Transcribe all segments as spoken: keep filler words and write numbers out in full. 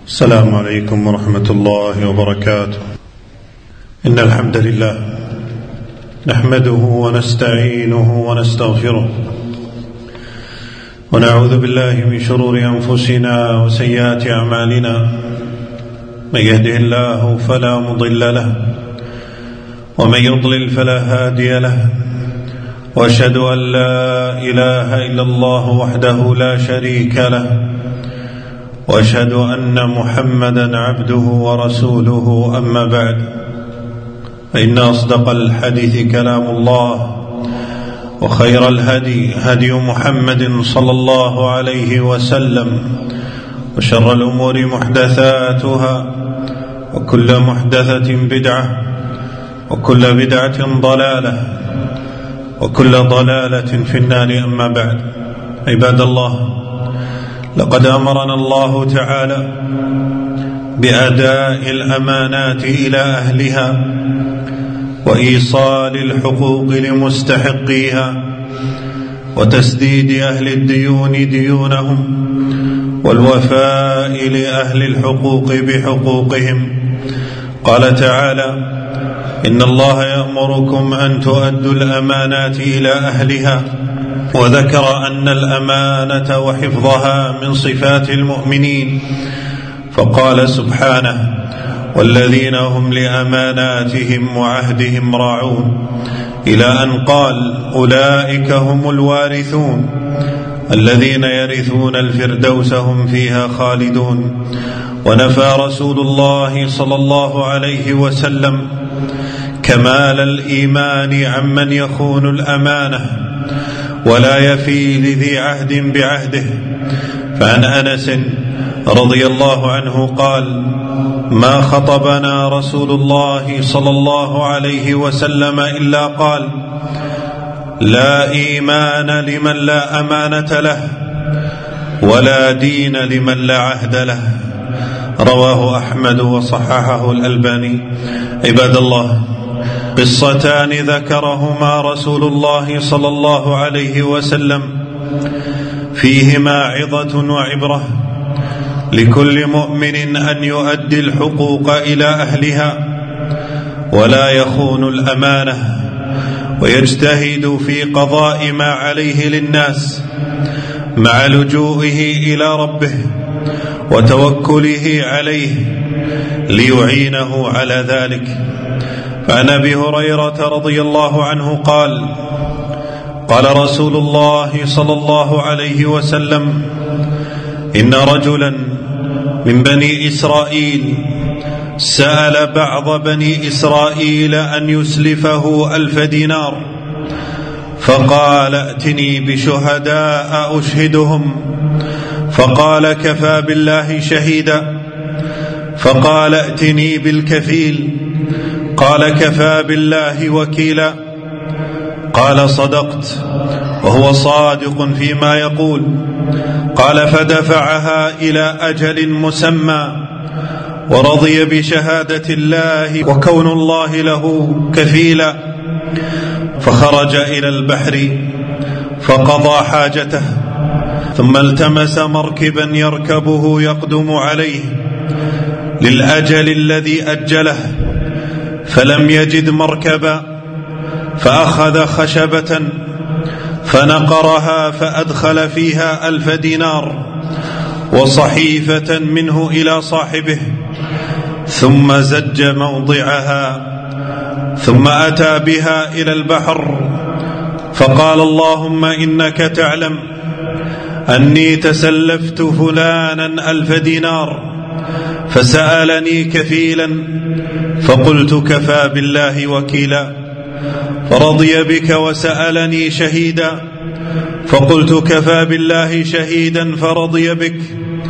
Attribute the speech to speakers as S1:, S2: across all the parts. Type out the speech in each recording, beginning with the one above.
S1: السلام عليكم ورحمة الله وبركاته. إن الحمد لله نحمده ونستعينه ونستغفره ونعوذ بالله من شرور أنفسنا وسيئات أعمالنا. من يهده الله فلا مضل له ومن يضلل فلا هادي له، وأشهد أن لا إله إلا الله وحده لا شريك له، وأشهد أن محمدا عبده ورسوله. أما بعد، فإن أصدق الحديث كلام الله، وخير الهدي هدي محمد صلى الله عليه وسلم، وشر الأمور محدثاتها، وكل محدثة بدعة، وكل بدعة ضلالة، وكل ضلالة في النار. أما بعد، عباد الله، لقد أمرنا الله تعالى بأداء الأمانات إلى أهلها وإيصال الحقوق لمستحقيها وتسديد أهل الديون ديونهم والوفاء لأهل الحقوق بحقوقهم. قال تعالى: إن الله يأمركم أن تؤدوا الأمانات إلى أهلها، وذكر أن الأمانة وحفظها من صفات المؤمنين، فقال سبحانه: والذين هم لأماناتهم وعهدهم راعون، إلى أن قال: أولئك هم الوارثون الذين يرثون الفردوس هم فيها خالدون. ونفى رسول الله صلى الله عليه وسلم كمال الإيمان عمن يخون الأمانة ولا يفي لذي عهد بعهده. فعن أنس رضي الله عنه قال: ما خطبنا رسول الله صلى الله عليه وسلم إلا قال: لا إيمان لمن لا أمانة له، ولا دين لمن لا عهد له. رواه أحمد وصححه الألباني. عباد الله، قصتان ذكرهما رسول الله صلى الله عليه وسلم فيهما عظة وعبرة لكل مؤمن أن يؤدي الحقوق إلى أهلها ولا يخون الأمانة، ويجتهد في قضاء ما عليه للناس مع لجوئه إلى ربه وتوكله عليه ليعينه على ذلك. فعن أبي هريرة رضي الله عنه قال: قال رسول الله صلى الله عليه وسلم: إن رجلا من بني إسرائيل سأل بعض بني إسرائيل أن يسلفه ألف دينار، فقال: ائتني بشهداء أشهدهم. فقال: كفى بالله شهيدا. فقال: ائتني بالكفيل. قال: كفى بالله وكيلا. قال: صدقت، وهو صادق فيما يقول. قال: فدفعها إلى أجل مسمى، ورضي بشهادة الله وكون الله له كفيلا. فخرج إلى البحر فقضى حاجته، ثم التمس مركبا يركبه يقدم عليه للأجل الذي أجله، فلم يجد مركبا، فأخذ خشبة فنقرها فأدخل فيها ألف دينار وصحيفة منه إلى صاحبه، ثم زج موضعها، ثم أتى بها إلى البحر، فقال: اللهم إنك تعلم أني تسلفت فلانا ألف دينار، فسألني كفيلا، فقلت: كفى بالله وكيلا. فرضي بك وسألني شهيدا، فقلت: كفى بالله شهيدا، فرضي بك.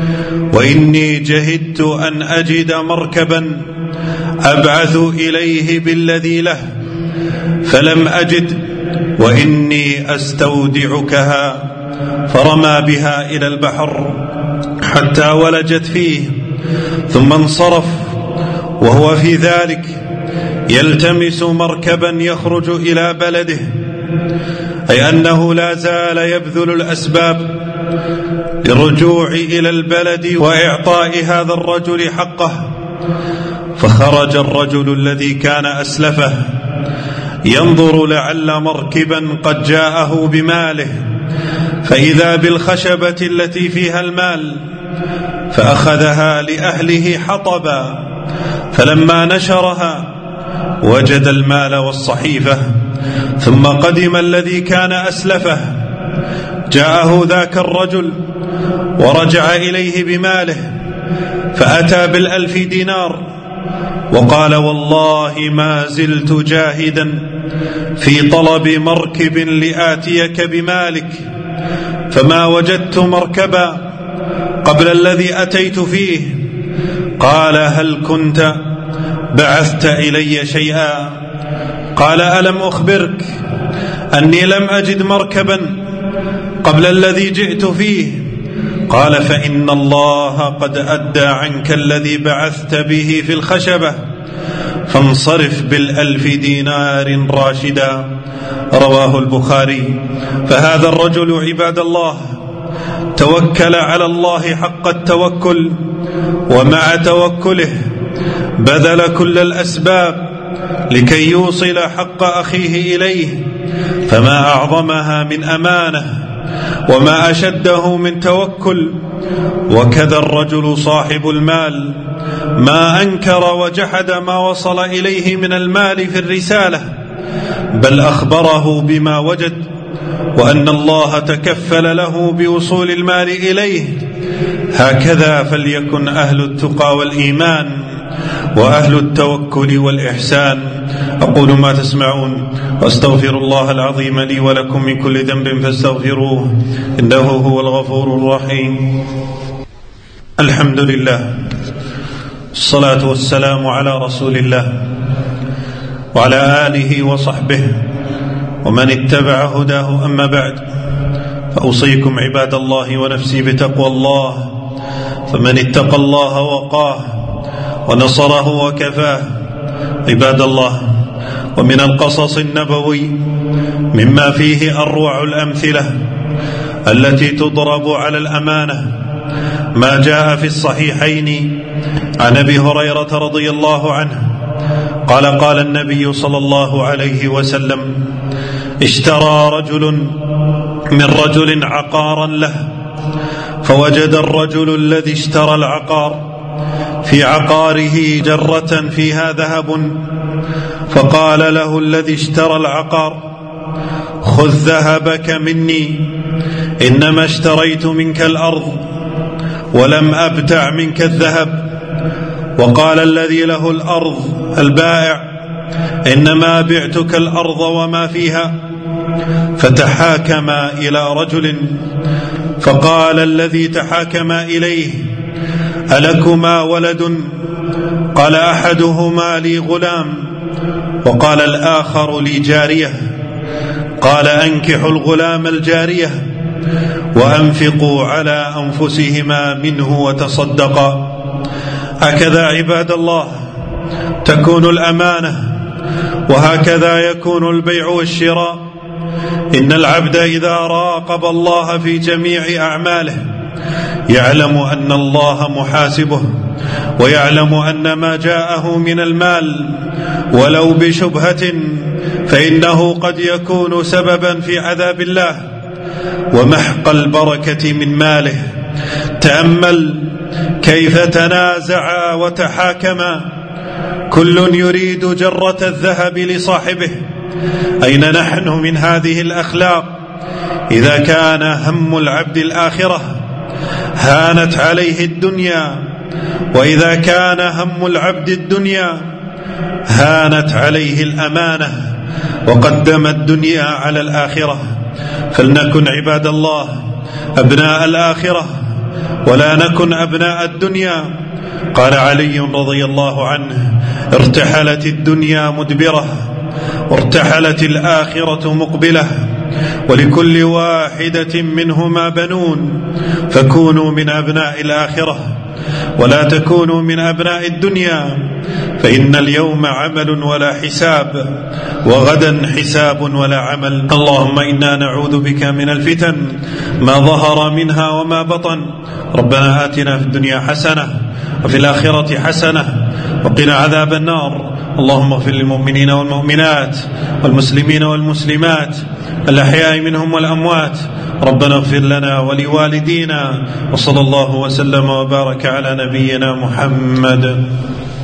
S1: وإني جهدت أن أجد مركبا أبعث إليه بالذي له، فلم أجد، وإني أستودعكها. فرمى بها إلى البحر حتى ولجت فيه، ثم انصرف وهو في ذلك يلتمس مركبا يخرج إلى بلده، أي أنه لا زال يبذل الأسباب بالرجوع إلى البلد وإعطاء هذا الرجل حقه. فخرج الرجل الذي كان أسلفه ينظر لعل مركبا قد جاءه بماله، فإذا بالخشبة التي فيها المال، فأخذها لأهله حطبا، فلما نشرها وجد المال والصحيفة. ثم قدم الذي كان أسلفه، جاءه ذاك الرجل ورجع إليه بماله، فأتى بالألف دينار وقال: والله ما زلت جاهدا في طلب مركب لآتيك بمالك، فما وجدت مركبا قبل الذي أتيت فيه. قال: هل كنت بعثت إلي شيئا؟ قال: ألم أخبرك أني لم أجد مركبا قبل الذي جئت فيه؟ قال: فإن الله قد أدى عنك الذي بعثت به في الخشبة، فانصرف بالألف دينار راشدا. رواه البخاري. فهذا الرجل عباد الله توكل على الله حق التوكل، ومع توكله بذل كل الأسباب لكي يوصل حق أخيه إليه، فما أعظمها من أمانة وما أشده من توكل. وكذا الرجل صاحب المال ما أنكر وجحد ما وصل إليه من المال في الرسالة، بل أخبره بما وجد، وأن الله تكفل له بوصول المال إليه. هكذا فليكن أهل التقى والإيمان وأهل التوكل والإحسان. أقول ما تسمعون، وأستغفر الله العظيم لي ولكم من كل ذنب فاستغفروه، إنه هو الغفور الرحيم. الحمد لله، الصلاة والسلام على رسول الله وعلى آله وصحبه ومن اتبع هداه. أما بعد، فأوصيكم عباد الله ونفسي بتقوى الله، فمن اتقى الله وقاه ونصره وكفاه. عباد الله، ومن القصص النبوي مما فيه أروع الأمثلة التي تضرب على الأمانة ما جاء في الصحيحين عن أبي هريرة رضي الله عنه قال: قال النبي صلى الله عليه وسلم: اشترى رجل من رجل عقارا له، فوجد الرجل الذي اشترى العقار في عقاره جرة فيها ذهب، فقال له الذي اشترى العقار: خذ ذهبك مني، إنما اشتريت منك الأرض ولم أبتع منك الذهب. وقال الذي له الأرض البائع: إنما بعتك الأرض وما فيها. فتحاكما إلى رجل، فقال الذي تحاكما إليه: ألكما ولد؟ قال أحدهما: لي غلام، وقال الآخر: لي جارية. قال: أنكحوا الغلام الجارية وأنفقوا على أنفسهما منه وتصدقا. هكذا عباد الله تكون الأمانة، وهكذا يكون البيع والشراء. إن العبد إذا راقب الله في جميع أعماله يعلم أن الله محاسبه، ويعلم أن ما جاءه من المال ولو بشبهة فإنه قد يكون سببا في عذاب الله ومحق البركة من ماله. تأمل كيف تنازعا وتحاكما، كل يريد جرة الذهب لصاحبه. أين نحن من هذه الأخلاق؟ إذا كان هم العبد الآخرة هانت عليه الدنيا، وإذا كان هم العبد الدنيا هانت عليه الأمانة وقدم الدنيا على الآخرة. فلنكن عباد الله أبناء الآخرة ولا نكن أبناء الدنيا. قال علي رضي الله عنه: ارتحلت الدنيا مدبرة وارتحلت الآخرة مقبلة، ولكل واحدة منهما بنون، فكونوا من أبناء الآخرة. ولا تكونوا من أبناء الدنيا، فإن اليوم عمل ولا حساب، وغدا حساب ولا عمل. اللهم إنا نعوذ بك من الفتن ما ظهر منها وما بطن. ربنا آتنا في الدنيا حسنة وفي الآخرة حسنة وقنا عذاب النار. اللهم اغفر للمؤمنين والمؤمنات والمسلمين والمسلمات الأحياء منهم والأموات. ربنا اغفر لنا ولوالدينا، وصلى الله وسلم وبارك على نبينا محمد.